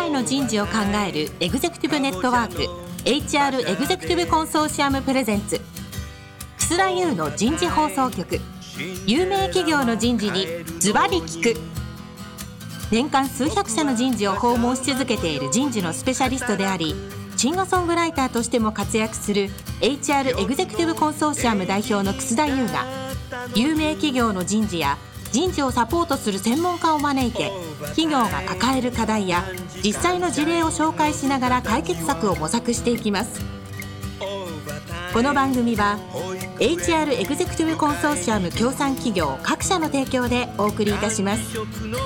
来の人事を考えるエグゼクティブネットワーク HR エグゼクティブコンソーシアムプレゼンツ楠田優の人事放送局。有名企業の人事にズバリ聞く。年間数百社の人事を訪問し続けている人事のスペシャリストであり、シンガーソングライターとしても活躍する HR エグゼクティブコンソーシアム代表の楠田優が、有名企業の人事や人事をサポートする専門家を招いて、企業が抱える課題や実際の事例を紹介しながら解決策を模索していきます。この番組は HR エグゼクティブコンソーシアム協賛企業各社の提供でお送りいたします。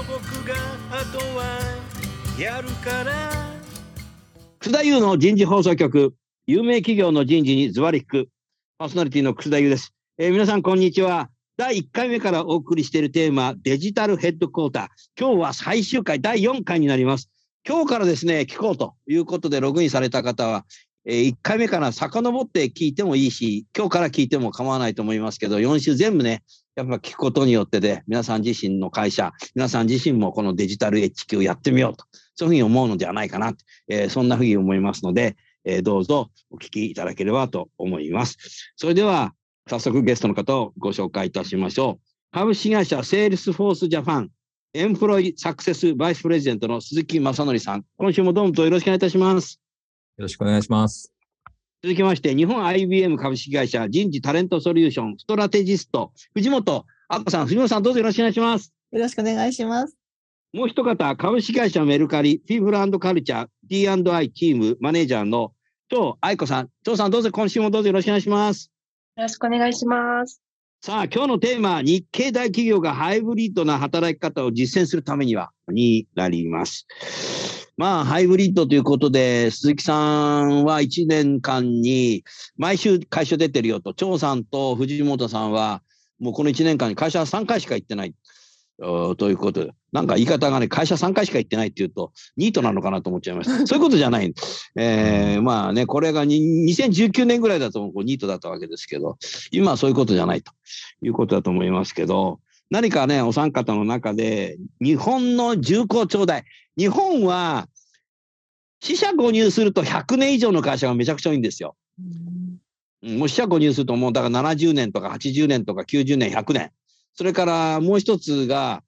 楠田優の人事放送局、有名企業の人事にズバリ聞く。パーソナリティの楠田優です。皆さんこんにちは。第1回目からお送りしているテーマ、デジタルヘッドクォーター。今日は最終回、第4回になります。今日からですね、聞こうということでログインされた方は、1回目から遡って聞いてもいいし、今日から聞いても構わないと思いますけど、4週全部ね、やっぱ聞くことによってで、皆さん自身の会社、皆さん自身もこのデジタル HQ やってみようと、そういうふうに思うのではないかな、そんなふうに思いますので、どうぞお聞きいただければと思います。それでは、早速ゲストの方をご紹介いたしましょう。株式会社セールスフォースジャパンエンプロイサクセスバイスプレゼントの鈴木正則さん。今週もどうもよろしくお願いいたします。 よろしくお願いします。 続きまして、日本 IBM 株式会社人事タレントソリューションストラテジスト、藤本あこさん。藤本さん、どうぞよろしくお願いします。 よろしくお願いします。 もう一方、株式会社メルカリピープル&カルチャー D&I チームマネージャーの張愛子さん。張さん、どうぞ今週もどうぞよろしくお願いします。 よろしくお願いします。 さあ、今日のテーマ、日系大企業がハイブリッドな働き方を実践するためにはになります。まあ、ハイブリッドということで、鈴木さんは1年間に毎週会社出てるよと、張さんと藤本さんはもうこの1年間に会社3回しか行ってないということで、なんか言い方がね、会社3回しか行ってないっていうとニートなのかなと思っちゃいました。そういうことじゃない。まあね、これが2019年ぐらいだとニートだったわけですけど、今はそういうことじゃないということだと思いますけど、何かね、お三方の中で日本の重厚長大、日本は四捨五入すると100年以上の会社がめちゃくちゃ多いんですよ。もう四捨五入するともうだから70年とか80年とか90年、100年。それからもう一つが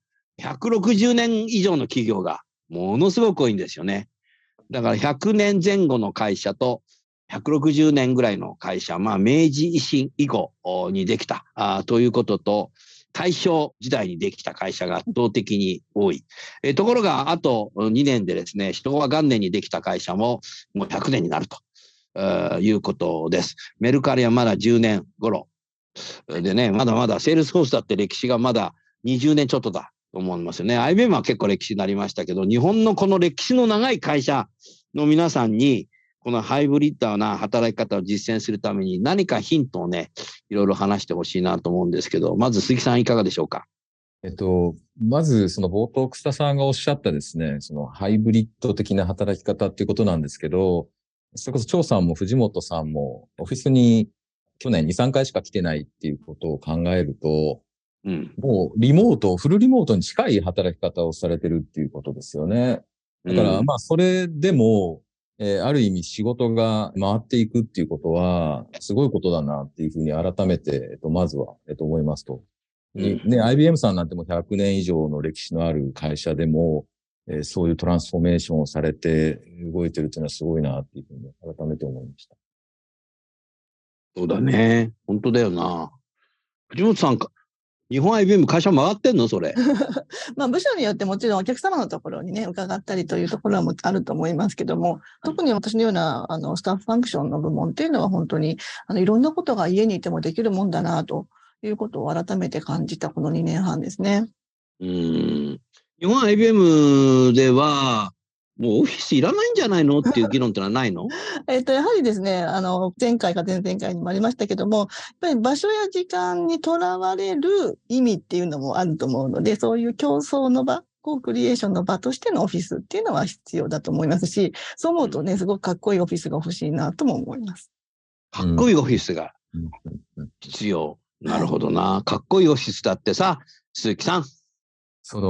160年以上の企業がものすごく多いんですよね。だから100年前後の会社と160年ぐらいの会社、まあ明治維新以降にできたということと、大正時代にできた会社が圧倒的に多い。ところがあと2年でですね、昭和元年にできた会社ももう100年になるということです。メルカリはまだ10年頃でね、まだまだセールスフォースだって歴史がまだ20年ちょっとだと思いますよね。IBM は結構歴史になりましたけど、日本のこの歴史の長い会社の皆さんにこのハイブリッドな働き方を実践するために何かヒントをね、いろいろ話してほしいなと思うんですけど、まず鈴木さんいかがでしょうか。 まずその冒頭楠田さんがおっしゃったですね、そのハイブリッド的な働き方っていうことなんですけど、それこそ張さんも藤本さんもオフィスに去年2、3回しか来てないっていうことを考えると、もうフルリモートに近い働き方をされてるっていうことですよね。だからまあそれでも、ある意味仕事が回っていくっていうことはすごいことだなっていうふうに改めて、まずは、思いますと。ね、IBM さんなんても100年以上の歴史のある会社でも、そういうトランスフォーメーションをされて動いてるっていうのはすごいなっていうふうに改めて思いました。 そうだね。本当だよな。藤本さんか、日本 IBM 会社回ってんのそれ。 まあ部署によってもちろんお客様のところにね、伺ったりというところはもあると思いますけども、特に私のようなスタッフファンクションの部門っていうのは本当にいろんなことが家にいてもできるもんだなということを改めて感じたこの2年半ですね。 日本 IBM ではもうオフィスいらないんじゃないのっていう議論ってのはないの？ やはりですね、前回か前々回にもありましたけども、やっぱり場所や時間にとらわれる意味っていうのもあると思うので、そういう競争の場、クリエーションの場としてのオフィスっていうのは必要だと思いますし、そう思うとね、すごくかっこいいオフィスが欲しいなとも思います。 かっこいいオフィスが必要。なるほどな。かっこいいオフィスだってさ、鈴木さん。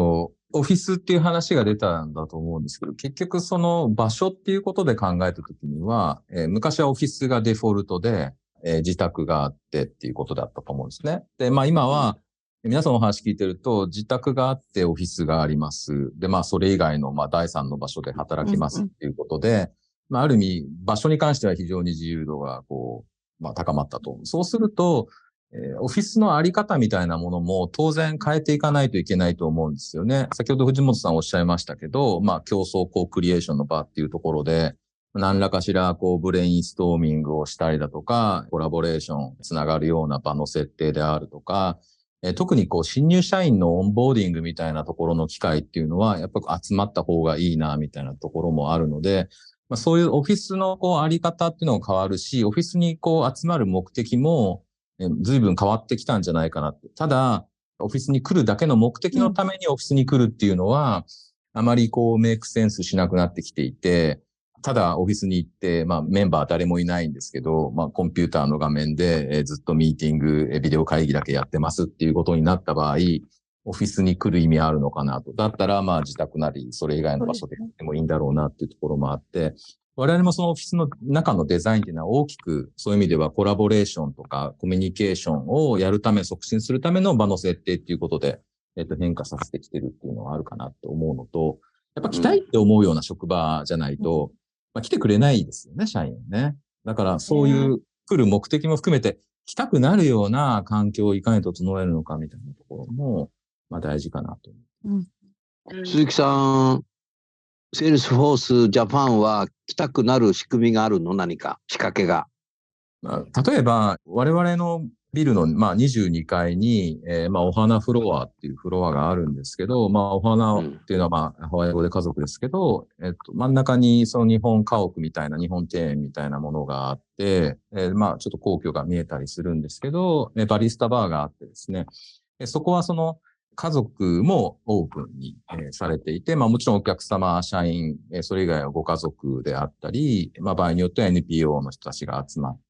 オフィスっていう話が出たんだと思うんですけど、結局その場所っていうことで考えたときには、昔はオフィスがデフォルトで、自宅があってっていうことだったと思うんですね。で、まあ今は、皆さんのお話聞いてると、自宅があってオフィスがあります。で、まあそれ以外の第三の場所で働きますっていうことで、まあある意味、場所に関しては非常に自由度が高まったと。そうすると、オフィスのあり方みたいなものも当然変えていかないといけないと思うんですよね。先ほど藤本さんおっしゃいましたけど、競争クリエーションの場っていうところで、何らかしらブレインストーミングをしたりだとか、コラボレーションつながるような場の設定であるとか、特に新入社員のオンボーディングみたいなところの機会っていうのは、やっぱり集まった方がいいな、みたいなところもあるので、そういうオフィスのあり方っていうのも変わるし、オフィスに集まる目的も、随分変わってきたんじゃないかなって。ただ、オフィスに来るだけの目的のためにオフィスに来るっていうのは、あまりメイクセンスしなくなってきていて、ただオフィスに行って、メンバー誰もいないんですけど、コンピューターの画面で、ずっとミーティング、ビデオ会議だけやってますっていうことになった場合、オフィスに来る意味あるのかなと。だったら、自宅なり、それ以外の場所でやってもいいんだろうなっていうところもあって、我々もそのオフィスの中のデザインっていうのは大きく、そういう意味ではコラボレーションとかコミュニケーションをやるため、促進するための場の設定っていうことで、変化させてきてるっていうのはあるかなと思うのと、やっぱ来たいって思うような職場じゃないと、来てくれないですよね、社員はね。だからそういう来る目的も含めて、来たくなるような環境をいかに整えるのかみたいなところも、大事かなと思う。 鈴木さん、セールスフォースジャパンは来たくなる仕組みがあるの？何か仕掛けが。 例えば、我々のビルの、22階に、お花フロアっていうフロアがあるんですけど、お花っていうのは、ハワイ語で家族ですけど、真ん中にその日本家屋みたいな、日本庭園みたいなものがあって、ちょっと皇居が見えたりするんですけど、バリスタバーがあってですね、そこはその、家族もオープンにされていて、もちろんお客様、社員、それ以外はご家族であったり、場合によっては NPO の人たちが集まって、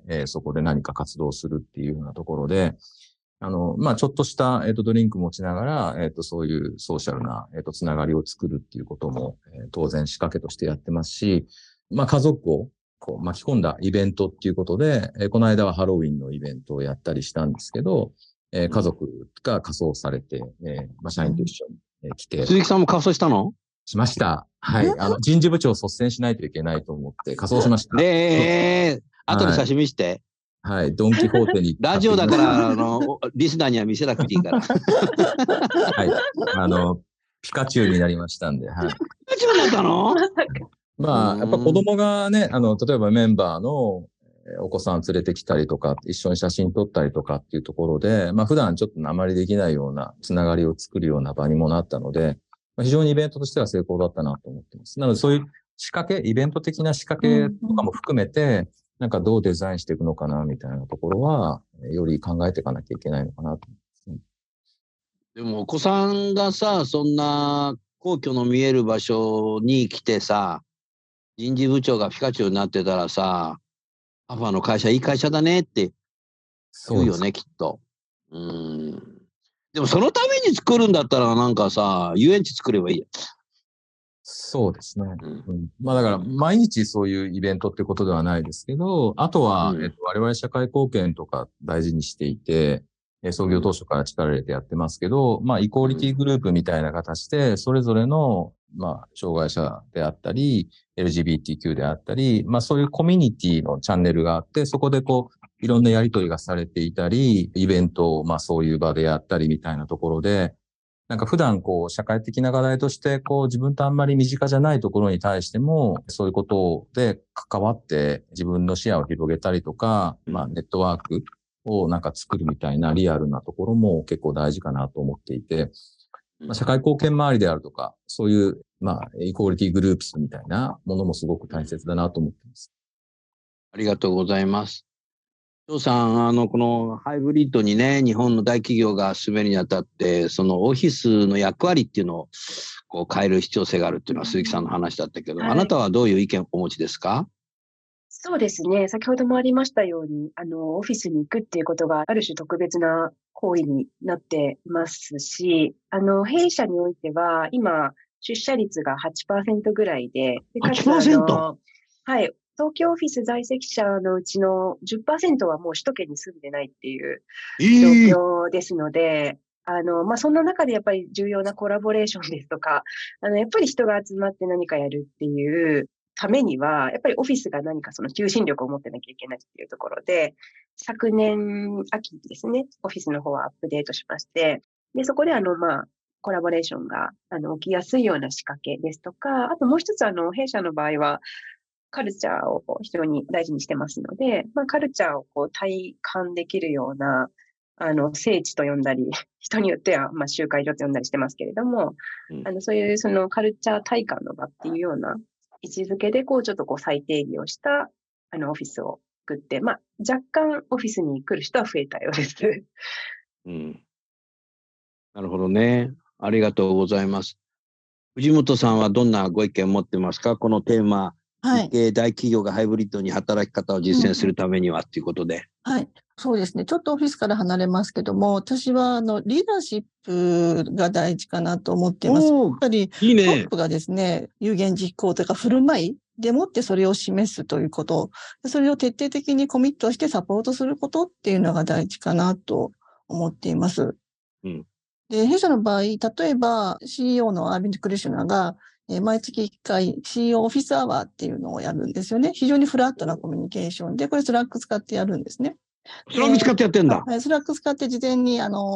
そこで何か活動するっていうようなところで、ちょっとした、ドリンク持ちながら、そういうソーシャルな、つながりを作るっていうことも、当然仕掛けとしてやってますし、家族を巻き込んだイベントっていうことで、この間はハロウィンのイベントをやったりしたんですけど、家族が仮装されて、社員と一緒に来て。 鈴木さんも仮装したの？ しました。はい。人事部長を率先しないといけないと思って仮装しました。 後で写真見して。 はい。ドンキホーテに。 ラジオだから、リスナーには見せなくていいから。 はい。ピカチュウになりましたんで、はい。 ピカチュウになったの？ やっぱ子供がね、例えばメンバーの、お子さん連れてきたりとか、一緒に写真撮ったりとかっていうところで、普段ちょっとあまりできないようなつながりを作るような場にもなったので、非常にイベントとしては成功だったなと思ってます。なのでそういう仕掛け、イベント的な仕掛けとかも含めて、どうデザインしていくのかなみたいなところは、より考えていかなきゃいけないのかなと思いますね。 でもお子さんがさ、そんな皇居の見える場所に来てさ、人事部長がピカチュウになってたらさ、パパの会社いい会社だねって言うよね、きっと。でもそのために作るんだったらなんかさ、遊園地作ればいいや。 そうですね。だから毎日そういうイベントってことではないですけど、あとは、我々社会貢献とか大事にしていて、創業当初から力入れてやってますけど、イコーリティグループみたいな形で、それぞれの障害者であったり、LGBTQ であったり、そういうコミュニティのチャンネルがあって、そこでいろんなやりとりがされていたり、イベントをそういう場でやったりみたいなところで、普段社会的な課題として自分とあんまり身近じゃないところに対しても、そういうことで関わって自分の視野を広げたりとか、ネットワークを作るみたいなリアルなところも結構大事かなと思っていて、社会貢献周りであるとか、そういう、イコーリティグループスみたいなものもすごく大切だなと思っています。 ありがとうございます。張さん、このハイブリッドにね、日本の大企業が進めるにあたって、そのオフィスの役割っていうのを変える必要性があるっていうのは鈴木さんの話だったけど、あなたはどういう意見をお持ちですか？ そうですね。先ほどもありましたように、オフィスに行くっていうことがある種特別な行為になっていますし、弊社においては、今、出社率が8%ぐらいで、かつ、 8%? はい、東京オフィス在籍者のうちの10%はもう首都圏に住んでないっていう状況ですので、そんな中でやっぱり重要なコラボレーションですとか、やっぱり人が集まって何かやるっていうためには、やっぱりオフィスが何かその求心力を持ってなきゃいけないっていうところで、昨年秋にですね、オフィスの方はアップデートしまして、で、そこでコラボレーションが、起きやすいような仕掛けですとか、あともう一つ弊社の場合は、カルチャーを非常に大事にしてますので、カルチャーを体感できるような、聖地と呼んだり、人によっては、集会所と呼んだりしてますけれども、そういうそのカルチャー体感の場っていうような位置づけで、ちょっと再定義をした、オフィスを作って、若干オフィスに来る人は増えたようです。 なるほどね。ありがとうございます。藤本さんはどんなご意見を持ってますか？このテーマ、日系大企業がハイブリッドに働き方を実践するためにはということで。 はい。そうですね。ちょっとオフィスから離れますけども、私はリーダーシップが大事かなと思っています。やっぱりいいね、 トップがですね、有言実行というか振る舞いでもってそれを示すということ、それを徹底的にコミットしてサポートすることっていうのが大事かなと思っています。で、弊社の場合、例えば CEO のアービンド・クリシュナが毎月1回 CEO オフィスアワーっていうのをやるんですよね。非常にフラットなコミュニケーションで、これスラック使ってやるんですね。 スラック使ってやってんだ。 はい、スラック使って事前に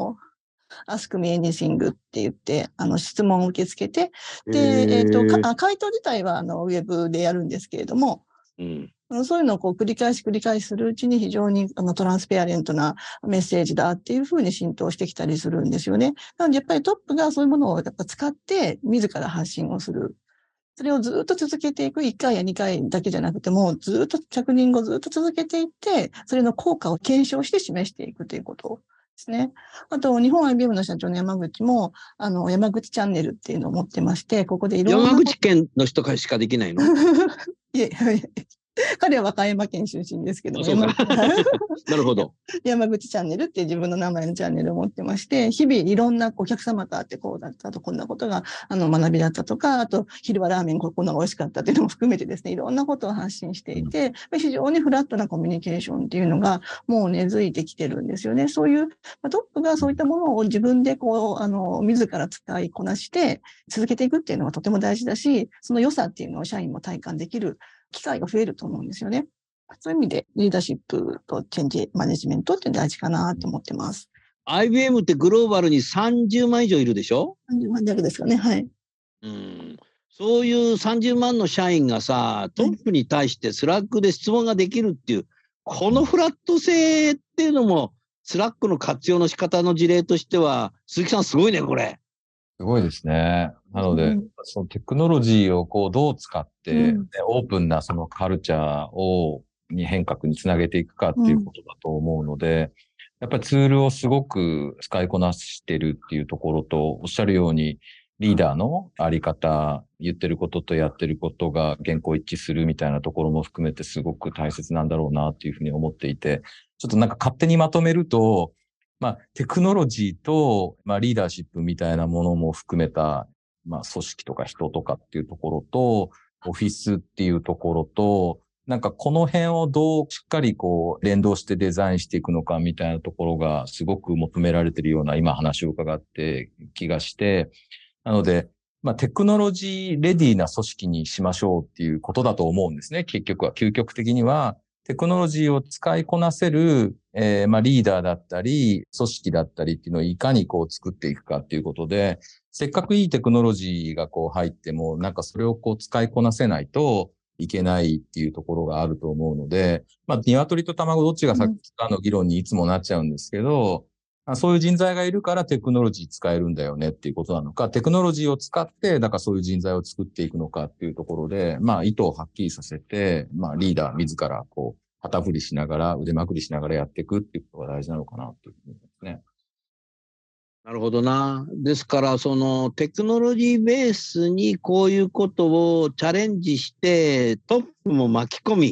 Ask me anything って言って、質問を受け付けて、で、回答自体はウェブでやるんですけれども、そういうのを繰り返しするうちに非常にトランスペアレントなメッセージだっていうふうに浸透してきたりするんですよね。なのでやっぱりトップがそういうものをやっぱ使って自ら発信をする。それをずっと続けていく。1回や2回だけじゃなくても、ずっと着任後ずっと続けていって、それの効果を検証して示していくということですね。あと、日本 IBM の社長の山口も、山口チャンネルっていうのを持ってまして、ここでいろんな。 山口県の人からしかできないの？ いえ、彼は和歌山県出身ですけども。 なるほど。 山口チャンネルっていう自分の名前のチャンネルを持ってまして、日々いろんなお客様と会ってこうだったと、こんなことが学びだったとか、あと昼はラーメンこんなの美味しかったっていうのも含めてですね、いろんなことを発信していて、非常にフラットなコミュニケーションっていうのがもう根付いてきてるんですよね。そういう、トップがそういったものを自分で自ら使いこなして続けていくっていうのはとても大事だし、その良さっていうのを社員も体感できる機会が増えると思うんですよね。そういう意味でリーダーシップとチェンジマネジメントって大事かなと思ってます。 IBM ってグローバルに30万以上いるでしょ？ 30万弱ですかね。はい。 そういう30万の社員がさ、トップに対してスラックで質問ができるっていう、このフラット性っていうのも、スラックの活用の仕方の事例としては、鈴木さんすごいね、これ。 すごいですね。なので、そのテクノロジーをどう使って、オープンなそのカルチャーに変革につなげていくかっていうことだと思うので、やっぱりツールをすごく使いこなしてるっていうところと、おっしゃるようにリーダーのあり方、言ってることとやってることが原稿一致するみたいなところも含めてすごく大切なんだろうなっていうふうに思っていて、ちょっとなんか勝手にまとめると、テクノロジーと、リーダーシップみたいなものも含めた、組織とか人とかっていうところと、オフィスっていうところと、なんかこの辺をどうしっかり連動してデザインしていくのかみたいなところがすごく求められているような今話を伺って気がして、なので、テクノロジーレディーな組織にしましょうっていうことだと思うんですね。結局は、究極的には、テクノロジーを使いこなせる、リーダーだったり、組織だったりっていうのをいかに作っていくかっていうことで、せっかくいいテクノロジーが入っても、なんかそれを使いこなせないといけないっていうところがあると思うので、鶏と卵どっちが先かの議論にいつもなっちゃうんですけど、そういう人材がいるからテクノロジー使えるんだよねっていうことなのか、テクノロジーを使って、だからそういう人材を作っていくのかっていうところで、意図をはっきりさせて、リーダー自ら旗振りしながら、腕まくりしながらやっていくっていうことが大事なのかなというふうに思いますね。 なるほどな。ですから、そのテクノロジーベースにこういうことをチャレンジして、トップも巻き込み、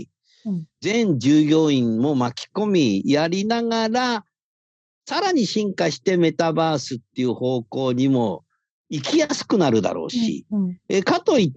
全従業員も巻き込みやりながら、さらに進化してメタバースっていう方向にも行きやすくなるだろうし、かといって、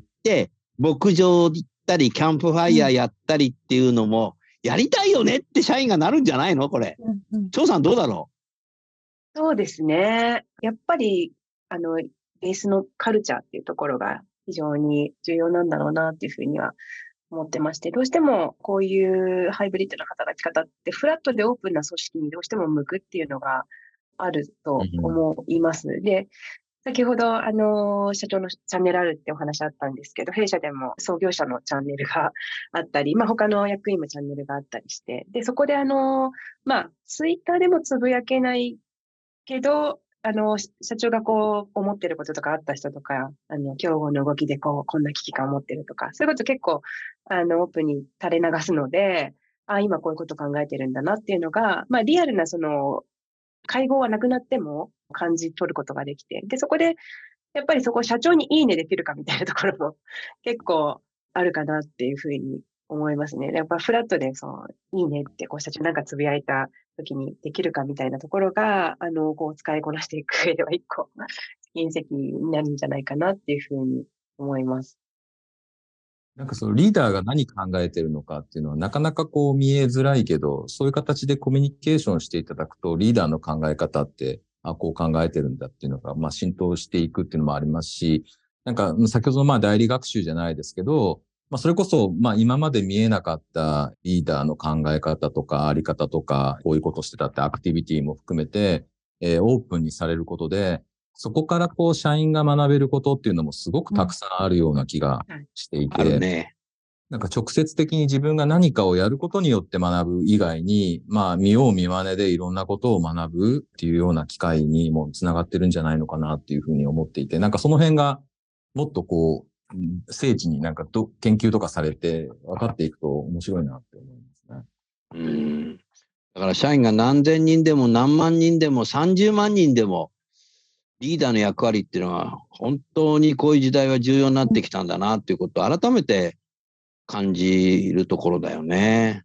牧場行ったり、キャンプファイヤーやったりっていうのも、やりたいよねって社員がなるんじゃないのこれ。張さんどうだろう？そうですね。やっぱり、ベースのカルチャーっていうところが非常に重要なんだろうなっていうふうには思ってまして、どうしてもこういうハイブリッドな働き方ってフラットでオープンな組織にどうしても向くっていうのがあると思います。で、先ほど、社長のチャンネルあるってお話あったんですけど、弊社でも創業者のチャンネルがあったり、他の役員もチャンネルがあったりして、で、そこでツイッターでもつぶやけないけど、社長が思ってることとかあった人とか、競合の動きでこんな危機感を持ってるとか、そういうこと結構、オープンに垂れ流すので、今こういうこと考えてるんだなっていうのが、リアルな会合はなくなっても感じ取ることができて、で、そこで、やっぱりそこ社長にいいねできるかみたいなところも結構あるかなっていうふうに思いますね。やっぱフラットで、いいねって社長なんかつぶやいた時にできるかみたいなところが、使いこなしていく上では一個、隕石になるんじゃないかなっていうふうに思います。 なんかリーダーが何考えてるのかっていうのはなかなか見えづらいけど、そういう形でコミュニケーションしていただくと、リーダーの考え方って、こう考えてるんだっていうのが、浸透していくっていうのもありますし、なんか先ほどの代理学習じゃないですけど、それこそ、今まで見えなかったリーダーの考え方とか、あり方とか、こういうことしてたってアクティビティも含めて、オープンにされることで、そこから社員が学べることっていうのもすごくたくさんあるような気がしていて、 あるね。 なんか直接的に自分が何かをやることによって学ぶ以外に、見よう見まねでいろんなことを学ぶっていうような機会にもつながってるんじゃないのかなっていうふうに思っていて、なんかその辺がもっと精緻に研究とかされて分かっていくと面白いなって思いますね。 だから社員が何千人でも何万人でも30万人でもリーダーの役割っていうのは本当にこういう時代は重要になってきたんだなっていうことを改めて感じるところだよね。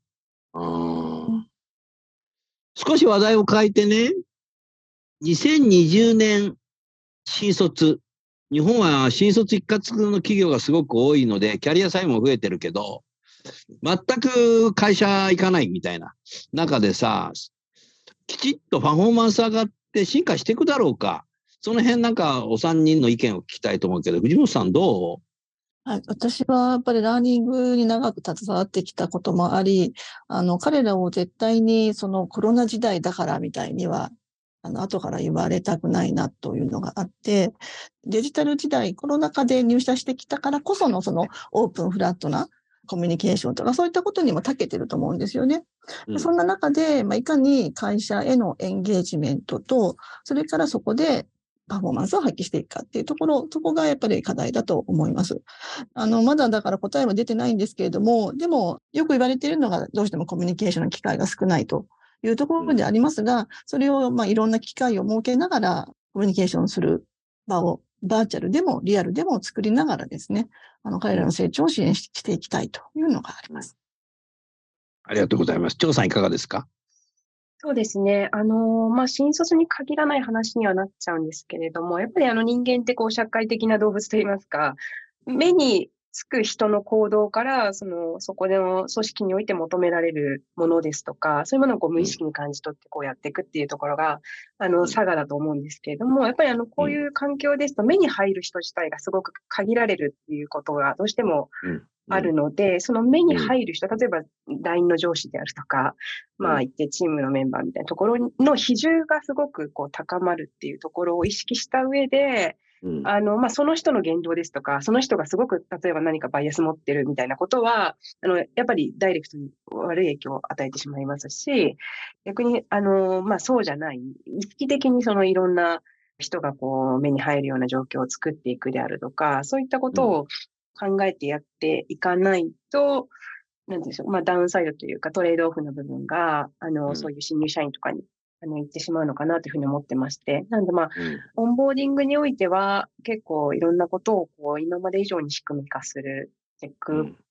少し話題を変えてね、2020年新卒。日本は新卒一括の企業がすごく多いので、キャリア債も増えてるけど、全く会社行かないみたいな中でさ、きちっとパフォーマンス上がって進化していくだろうか。その辺お三人の意見を聞きたいと思うけど、藤本さんどう？ はい、私はやっぱりラーニングに長く携わってきたこともあり、彼らを絶対にコロナ時代だからみたいには、後から言われたくないなというのがあって、デジタル時代、コロナ禍で入社してきたからこそのオープンフラットなコミュニケーションとかそういったことにも長けてると思うんですよね。そんな中で、いかに会社へのエンゲージメントと、それからそこでパフォーマンスを発揮していくかっていうところ、そこがやっぱり課題だと思います。まだだから答えは出てないんですけれども、でもよく言われているのがどうしてもコミュニケーションの機会が少ないというところでありますが、それをいろんな機会を設けながらコミュニケーションする場をバーチャルでもリアルでも作りながらですね、彼らの成長を支援していきたいというのがあります。 ありがとうございます。張さんいかがですか？ そうですね。新卒に限らない話にはなっちゃうんですけれども、やっぱり人間って社会的な動物といいますか、目につく人の行動から、そこでの組織において求められるものですとか、そういうものを無意識に感じ取ってやっていくっていうところが、差がだと思うんですけれども、やっぱりこういう環境ですと目に入る人自体がすごく限られるっていうことがどうしてもあるので、その目に入る人、例えば LINE の上司であるとか、言ってチームのメンバーみたいなところの比重がすごく高まるっていうところを意識した上で、その人の言動ですとか、その人がすごく、例えば何かバイアス持ってるみたいなことは、やっぱりダイレクトに悪い影響を与えてしまいますし、逆に、そうじゃない、意識的にいろんな人が目に入るような状況を作っていくであるとか、そういったことを考えてやっていかないと、なんでしょう、ダウンサイドというかトレードオフの部分が、そういう新入社員とかに行ってしまうのかなというふうに思ってまして。なのでオンボーディングにおいては結構いろんなことを今まで以上に仕組み化する、チェック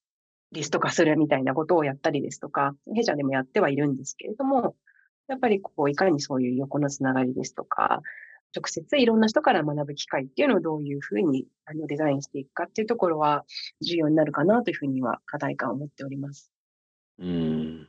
リスト化するみたいなことをやったりですとか、弊社でもやってはいるんですけれども、やっぱりいかにそういう横のつながりですとか、直接いろんな人から学ぶ機会っていうのをどういうふうにデザインしていくかっていうところは重要になるかなというふうには課題感を持っております。 オン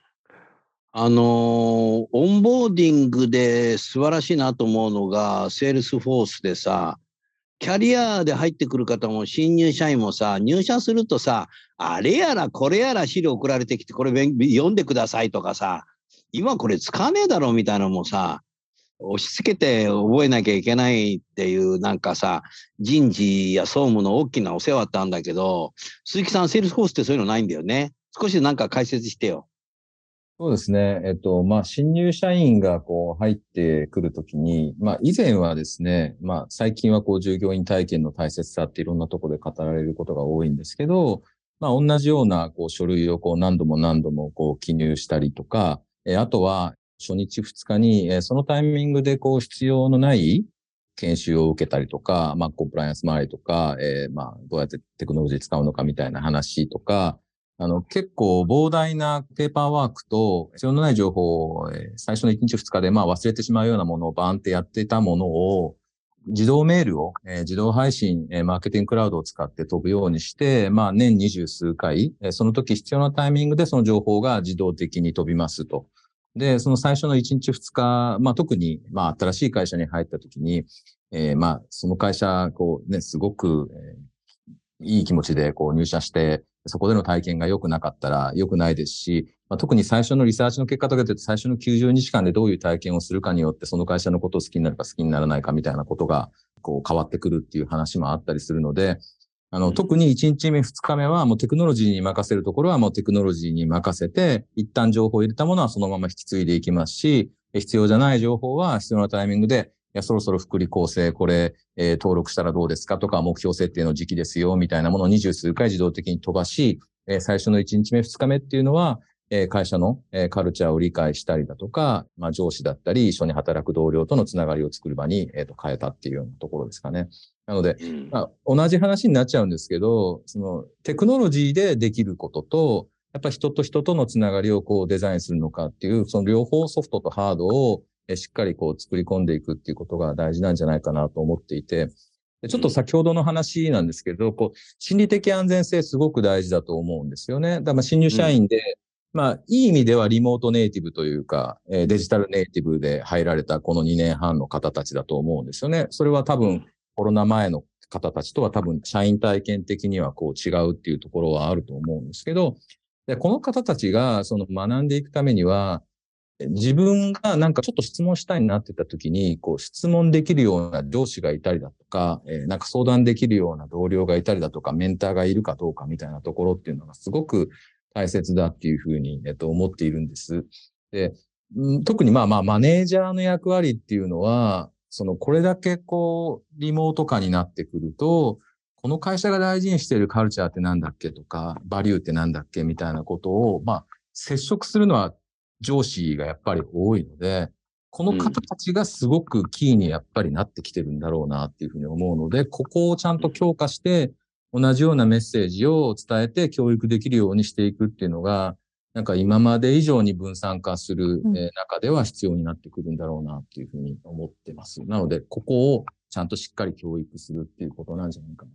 ボーディングで素晴らしいなと思うのが、セールスフォースでさ、キャリアで入ってくる方も新入社員もさ、入社するとさ、あれやらこれやら資料送られてきて、これ読んでくださいとかさ、今これ使わねえだろみたいなのもさ、押し付けて覚えなきゃいけないっていうなんかさ、人事や総務の大きなお世話ってあるんだけど、鈴木さん、セールスフォースってそういうのないんだよね。少しなんか解説してよ。 そうですね。新入社員が入ってくるときに、以前はですね、最近は従業員体験の大切さっていろんなところで語られることが多いんですけど、同じような書類を何度も何度も記入したりとか、あとは初日2日に、そのタイミングで必要のない研修を受けたりとか、コンプライアンス周りとか、どうやってテクノロジー使うのかみたいな話とか、結構膨大なペーパーワークと必要のない情報を最初の1日2日で忘れてしまうようなものをバーンってやっていたものを自動メールを自動配信マーケティングクラウドを使って飛ぶようにして年20数回その時必要なタイミングでその情報が自動的に飛びますと。で、その最初の1日2日、特に新しい会社に入った時にその会社すごくいい気持ちで入社してそこでの体験が良くなかったら良くないですし、特に最初のリサーチの結果とかで最初の90日間でどういう体験をするかによってその会社のことを好きになるか好きにならないかみたいなことが変わってくるっていう話もあったりするので、特に1日目2日目はもうテクノロジーに任せるところはもうテクノロジーに任せて、一旦情報を入れたものはそのまま引き継いでいきますし、必要じゃない情報は必要なタイミングでそろそろ福利厚生、これ、登録したらどうですかとか、目標設定の時期ですよ、みたいなものを20数回自動的に飛ばし、最初の1日目、2日目っていうのは、会社のカルチャーを理解したりだとか、上司だったり、一緒に働く同僚とのつながりを作る場に、変えたっていうようなところですかね。なので、同じ話になっちゃうんですけど、そのテクノロジーでできることと、やっぱ人と人とのつながりをデザインするのかっていう、その両方ソフトとハードをしっかり作り込んでいくっていうことが大事なんじゃないかなと思っていて、ちょっと先ほどの話なんですけど、心理的安全性すごく大事だと思うんですよね。だから新入社員で、いい意味ではリモートネイティブというか、デジタルネイティブで入られたこの2年半の方たちだと思うんですよね。それは多分コロナ前の方たちとは多分社員体験的には違うっていうところはあると思うんですけど、でこの方たちが学んでいくためには、自分がなんかちょっと質問したいなって言った時に、質問できるような上司がいたりだとか、なんか相談できるような同僚がいたりだとか、メンターがいるかどうかみたいなところっていうのがすごく大切だっていうふうに、思っているんです。で、特にマネージャーの役割っていうのは、これだけリモート化になってくると、この会社が大事にしているカルチャーってなんだっけとか、バリューってなんだっけみたいなことを、接触するのは上司がやっぱり多いので、この方たちがすごくキーにやっぱりなってきてるんだろうなっていうふうに思うので、ここをちゃんと強化して、同じようなメッセージを伝えて教育できるようにしていくっていうのが、なんか今まで以上に分散化する中では必要になってくるんだろうなっていうふうに思ってます。なので、ここをちゃんとしっかり教育するっていうことなんじゃないかな。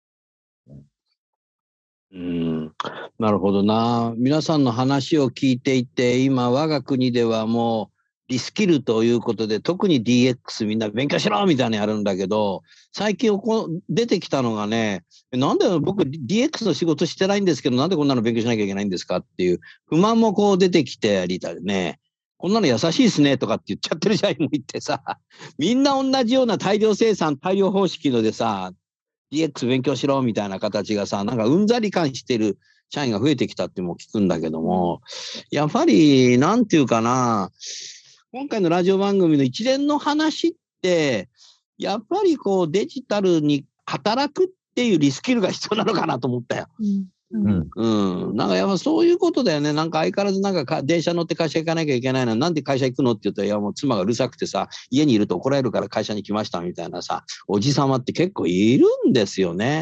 なるほどな。皆さんの話を聞いていて、今我が国ではもうリスキルということで、特に DX みんな勉強しろみたいなのやるんだけど、最近出てきたのがね、なんで僕 DX の仕事してないんですけど、なんでこんなの勉強しなきゃいけないんですかっていう不満も出てきてりたりね、こんなの優しいですねとかって言っちゃってる社員もいてさ、みんな同じような大量生産、大量方式のでさ、DX 勉強しろみたいな形がさ、なんかうんざり感してる社員が増えてきたっても聞くんだけども、やっぱりなんていうかな、今回のラジオ番組の一連の話って、やっぱりデジタルに働くっていうリスキルが必要なのかなと思ったよ。なんかやっぱそういうことだよね。なんか相変わらずなんか電車乗って会社行かなきゃいけないの。なんで会社行くのって言ったら、いやもう妻がうるさくてさ、家にいると怒られるから会社に来ましたみたいなさ、おじさまって結構いるんですよね。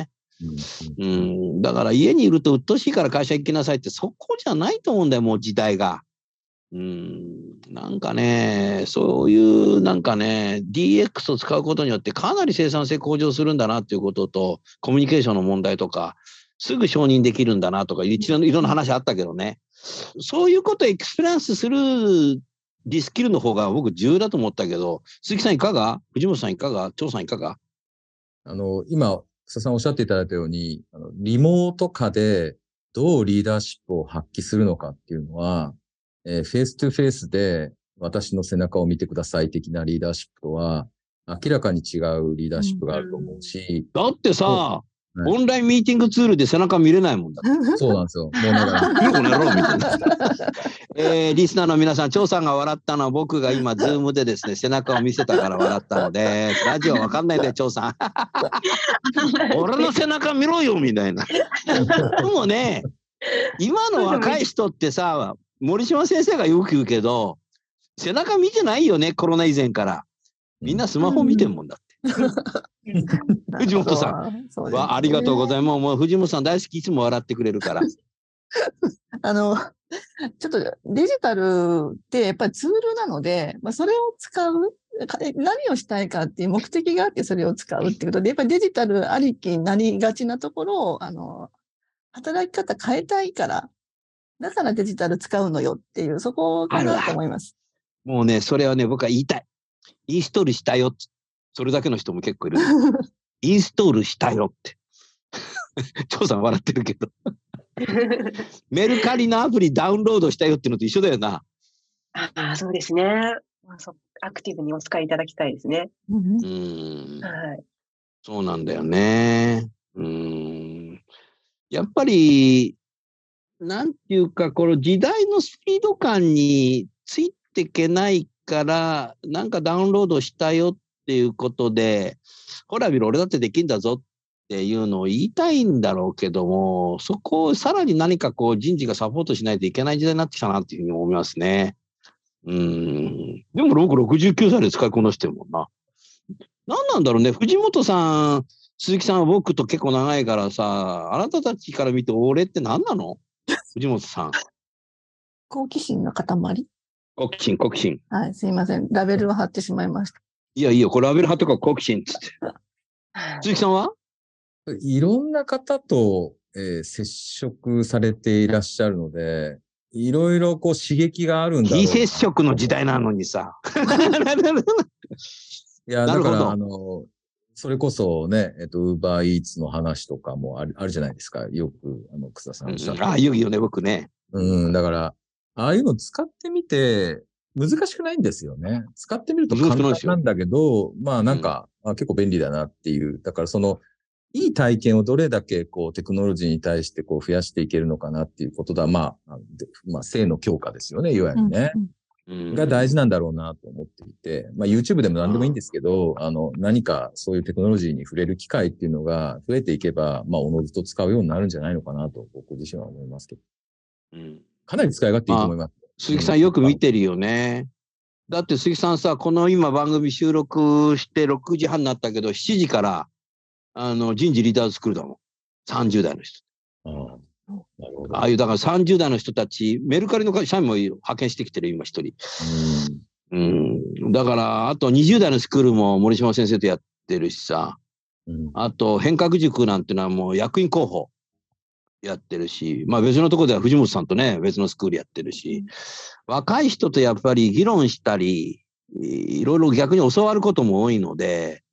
だから家にいると鬱陶しいから会社行きなさいって、そこじゃないと思うんだよ、もう時代が。なんかね、そういうなんかね、DX を使うことによってかなり生産性向上するんだなっていうことと、コミュニケーションの問題とか、すぐ承認できるんだなとか、いろんな話あったけどね。そういうことをエクスペリエンスするリスキルの方が僕重要だと思ったけど、鈴木さんいかが？藤本さんいかが？張さんいかが？ 今、草さんおっしゃっていただいたように、リモート下でどうリーダーシップを発揮するのかっていうのは、フェイストゥフェイスで私の背中を見てください的なリーダーシップとは明らかに違うリーダーシップがあると思うし。 だってさ、オンラインミーティングツールで背中見れないもんだって。 そうなんですよ。もうだから。 よくなろうみたいな。リスナーの皆さん、張さんが笑ったのは僕が今、ズームでですね、背中を見せたから笑ったので、ラジオわかんないで、張さん。俺の背中見ろよみたいな。でもね、今の若い人ってさ、森島先生がよく言うけど、背中見てないよね、コロナ以前から。みんなスマホ見てるもんだって。藤本さんはありがとうございます。もう藤本さん大好き、いつも笑ってくれるから。 ちょっとデジタルってやっぱりツールなので、それを使う、何をしたいかっていう目的があってそれを使うっていうことで、やっぱりデジタルありきになりがちなところを、働き方変えたいから、だからデジタル使うのよっていう、そこかなと思います。 もうね、それはね、僕は言いたい。インストールしたよって。それだけの人も結構いる。インストールしたよって。張さん笑ってるけど。メルカリのアプリダウンロードしたよってのと一緒だよな。 そうですね。アクティブにお使いいただきたいですね。 はい。そうなんだよね。やっぱり、なんていうか、この時代のスピード感についていけないから、なんかダウンロードしたよっていうことで、ほら見ろ、俺だってできんだぞっていうのを言いたいんだろうけども、そこをさらに何かこう人事がサポートしないといけない時代になってきたなっていうふうに思いますね。でも僕69歳で使いこなしてるもんな。何なんだろうね。藤本さん、鈴木さんは僕と結構長いからさ、あなたたちから見て俺って何なの？藤本さん。 好奇心の塊。 好奇心。 はい、すいません。ラベルを貼ってしまいました。 いやいいよ、これラベル貼っとか好奇心っつって。鈴木さんはいろんな方と、接触されていらっしゃるので、いろいろこう刺激があるんだろうな。 非接触の時代なのにさ。 いや、だからそれこそね、Uber Eats の話とかもあるじゃないですか。よく、草さんおっしゃって。 言うよね、僕ね。 だから、ああいうの使ってみて、難しくないんですよね。使ってみると簡単なんだけど、なんか、結構便利だなっていう。だからいい体験をどれだけこうテクノロジーに対してこう増やしていけるのかなっていうことだ。性の強化ですよね、いわゆるね。が大事なんだろうなと思っていて、YouTube でも何でもいいんですけど、何かそういうテクノロジーに触れる機会っていうのが増えていけば、おのずと使うようになるんじゃないのかなと僕自身は思いますけど。かなり使い勝手いいと思います。 鈴木さんよく見てるよね。だって鈴木さんさ、この今番組収録して6時半になったけど、7時から人事リーダーズスクールだもん。30代の人。 なるほど。 ああいうだから30代の人たち、メルカリの社員も派遣してきてる今一人。だからあと20代のスクールも森島先生とやってるしさ。あと変革塾なんてのはもう役員候補やってるし、別のところでは藤本さんとね、別のスクールやってるし、若い人とやっぱり議論したり、いろいろ逆に教わることも多いので、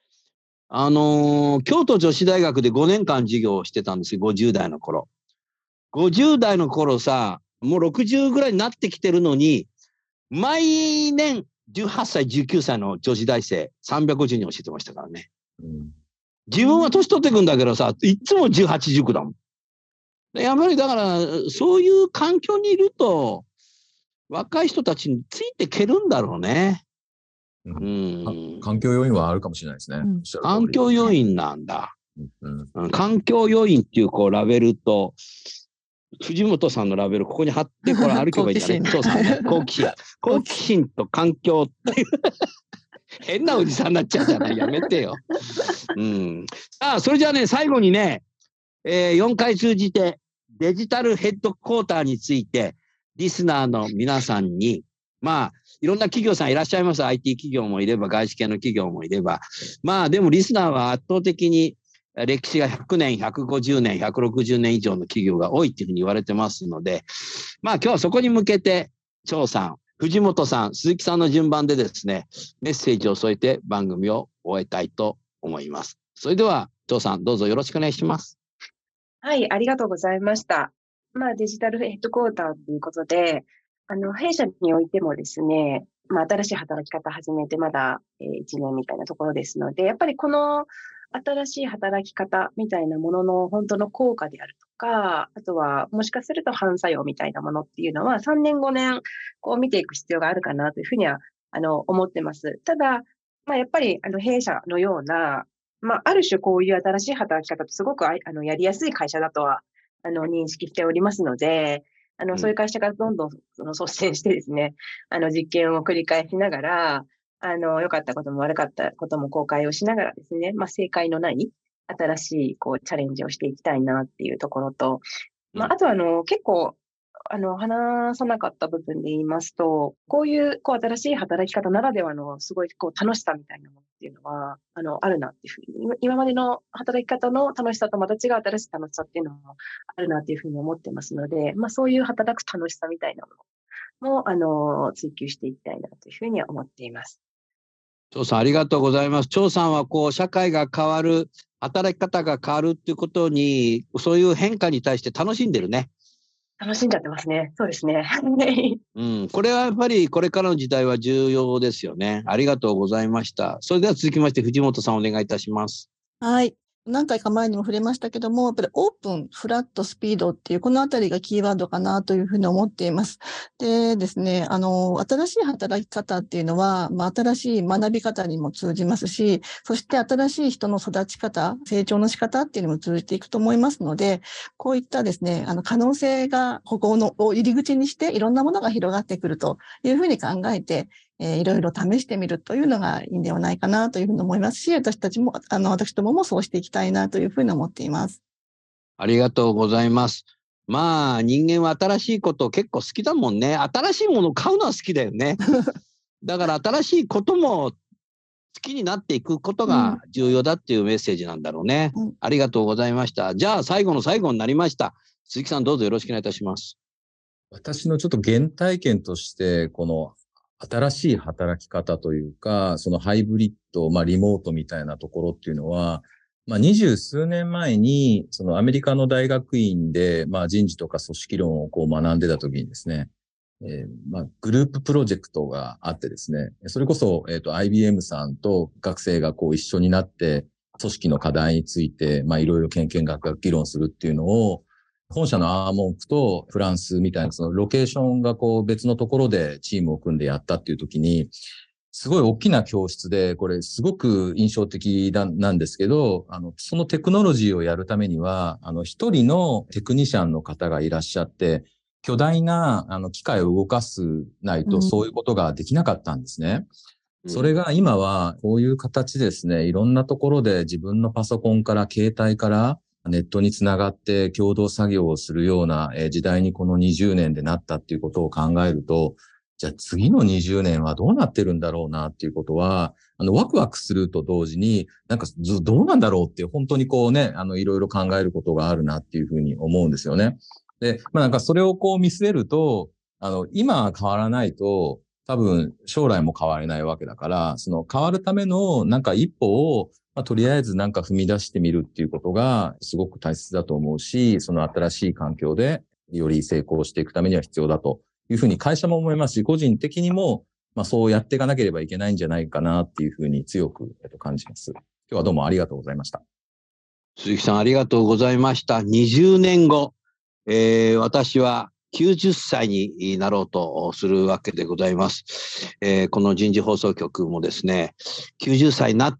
京都女子大学で5年間授業をしてたんですよ、50代の頃。50代の頃さ、もう60ぐらいになってきてるのに、毎年18歳、19歳の女子大生350人教えてましたからね。自分は年取ってくんだけどさ、いつも18、19だもん。やっぱりだから、そういう環境にいると、若い人たちについていけるんだろうね。 環境要因はあるかもしれないですね。 環境要因なんだ。環境要因っていうラベルと、藤本さんのラベルここに貼って歩けばいいんだね。そうさんね。好奇心と環境っていう。 変なおじさんになっちゃうじゃない。やめてよ。それじゃあね、最後にね、4回通じてデジタルヘッドクォーターについて、リスナーの皆さんに、いろんな企業さんいらっしゃいます。IT 企業もいれば、外資系の企業もいれば。でもリスナーは圧倒的に歴史が100年、150年、160年以上の企業が多いっていうふうに言われてますので、今日はそこに向けて、張さん、藤本さん、鈴木さんの順番でですね、メッセージを添えて番組を終えたいと思います。それでは、張さん、どうぞよろしくお願いします。 はい、ありがとうございました。デジタルヘッドクォーターということで、弊社においてもですね、新しい働き方始めてまだ1年みたいなところですので、やっぱりこの新しい働き方みたいなものの本当の効果であるとか、あとはもしかすると反作用みたいなものっていうのは3年5年見ていく必要があるかなというふうには思ってます。ただ、やっぱり弊社のような、ある種こういう新しい働き方ってすごくやりやすい会社だとは認識しておりますので、そういう会社がどんどん率先してですね、実験を繰り返しながら、良かったことも悪かったことも公開をしながらですね、正解のない新しいチャレンジをしていきたいなっていうところと、あと結構、話さなかった部分で言いますと、こういう新しい働き方ならではのすごい楽しさみたいなものっていうのは、あるなっていうふうに、今までの働き方の楽しさとまた違う新しい楽しさっていうのもあるなっていうふうに思ってますので、そういう働く楽しさみたいなものも、追求していきたいなというふうには思っています。 張さん、ありがとうございます。張さんは社会が変わる、働き方が変わるっていうことに、そういう変化に対して楽しんでるね。 楽しんじゃってますね。そうですね。 これはやっぱりこれからの時代は重要ですよね。ありがとうございました。それでは続きまして藤本さんお願いいたします。 はい。何回か前にも触れましたけども、やっぱりオープン、フラット、スピードっていう、このあたりがキーワードかなというふうに思っています。でですね、新しい働き方っていうのは、新しい学び方にも通じますし、そして新しい人の育ち方、成長の仕方っていうのも通じていくと思いますので、こういったですね、可能性が、ここを入り口にして、いろんなものが広がってくるというふうに考えて、いろいろ試してみるというのがいいんではないかなというふうに思いますし、私どももそうしていきたいなというふうに思っています。 ありがとうございます。人間は新しいこと結構好きだもんね。新しいものを買うのは好きだよね。だから新しいことも好きになっていくことが重要だっていうメッセージなんだろうね。ありがとうございました。じゃあ最後の最後になりました。鈴木さんどうぞよろしくお願いいたします。 私のちょっと原体験として、この新しい働き方というか、そのハイブリッド、リモートみたいなところっていうのは、20数年前に、そのアメリカの大学院で、人事とか組織論を学んでた時にですね、グループプロジェクトがあってですね、それこそ、IBM さんと学生が一緒になって、組織の課題について、いろいろ研究学が議論するっていうのを、本社のアーモンクとフランスみたいなそのロケーションが別のところでチームを組んでやったっていう時に、すごい大きな教室で、これすごく印象的なんですけど、そのテクノロジーをやるためには、一人のテクニシャンの方がいらっしゃって、巨大な機械を動かすないとそういうことができなかったんですね。それが今はこういう形ですね、いろんなところで自分のパソコンから携帯からネットにつながって共同作業をするような時代にこの20年でなったっていうことを考えると、じゃあ次の20年はどうなってるんだろうなっていうことは、ワクワクすると同時に、どうなんだろうって本当にいろいろ考えることがあるなっていうふうに思うんですよね。で、それを見据えると、今変わらないと、多分将来も変われないわけだから、その変わるための一歩を、とりあえず踏み出してみるっていうことがすごく大切だと思うし、その新しい環境でより成功していくためには必要だというふうに会社も思いますし、個人的にもそうやっていかなければいけないんじゃないかなっていうふうに強く感じます。今日はどうもありがとうございました。 鈴木さんありがとうございました。20年後、私は90歳になろうとするわけでございます。この人事放送局もですね、90歳になって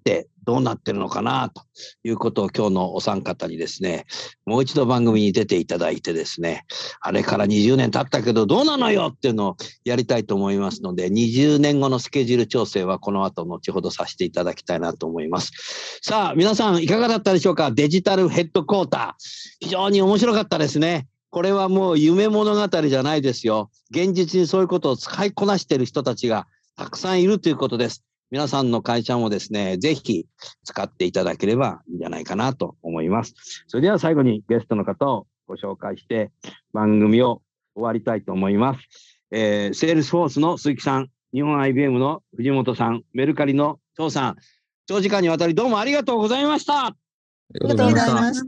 どうなってるのかなということを今日のお三方にですね、もう一度番組に出ていただいてですね、あれから20年経ったけどどうなのよっていうのをやりたいと思いますので、20年後のスケジュール調整はこの後後ほどさせていただきたいなと思います。さあ皆さんいかがだったでしょうか。デジタルヘッドクォーター、非常に面白かったですね。これはもう夢物語じゃないですよ。現実にそういうことを使いこなしている人たちがたくさんいるということです。皆さんの会社もですね、ぜひ使っていただければいいんじゃないかなと思います。それでは最後にゲストの方をご紹介して番組を終わりたいと思います。セールスフォースの鈴木さん、日本 IBM の藤本さん、メルカリの張さん、長時間にわたりどうもありがとうございました。 ありがとうございました。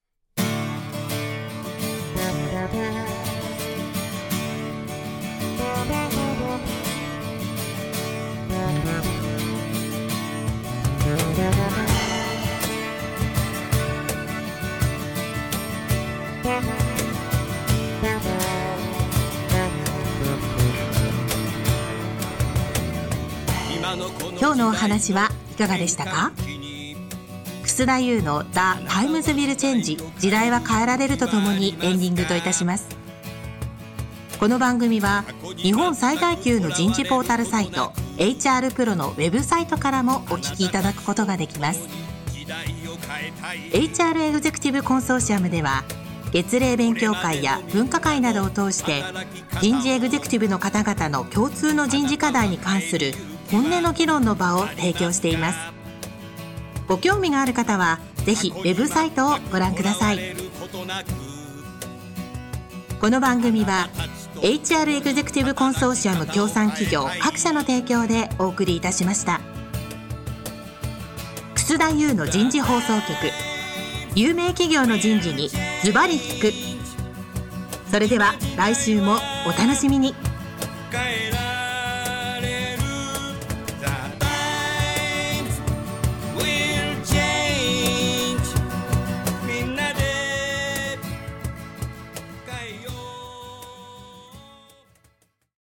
今日のお話はいかがでしたか。楠田優の The Times Will Change 時代は変えられるとともにエンディングといたします。この番組は日本最大級の人事ポータルサイト HR プロのウェブサイトからもお聞きいただくことができます。 HR エグゼクティブコンソーシアムでは月例勉強会や分科会などを通して人事エグゼクティブの方々の共通の人事課題に関する本音の議論の場を提供しています。ご興味がある方はぜひウェブサイトをご覧ください。この番組は HR エグゼクティブコンソーシアム協賛企業各社の提供でお送りいたしました。楠田優の人事放送局、有名企業の人事にズバリ聞く。それでは来週もお楽しみに。